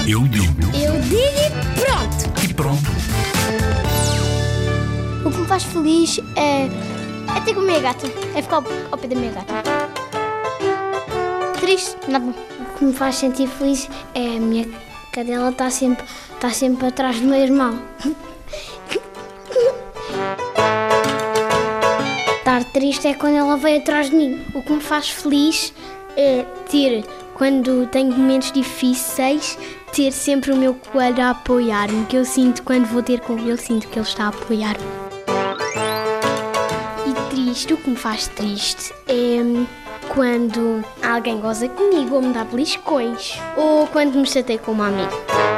Eu digo. Eu digo e pronto. E pronto. O que me faz feliz é ter com a minha gata. É ficar ao pé da minha gata. Triste? Nada. O que me faz sentir feliz é a minha cadela está sempre atrás do meu irmão. Estar triste é quando ela vem atrás de mim. O que me faz feliz é ter, quando tenho momentos difíceis, ter sempre o meu coelho a apoiar-me, que eu sinto quando vou ter com ele, sinto que ele está a apoiar-me. E triste, o que me faz triste é quando alguém goza comigo ou me dá beliscões, ou quando me chatei com uma amiga.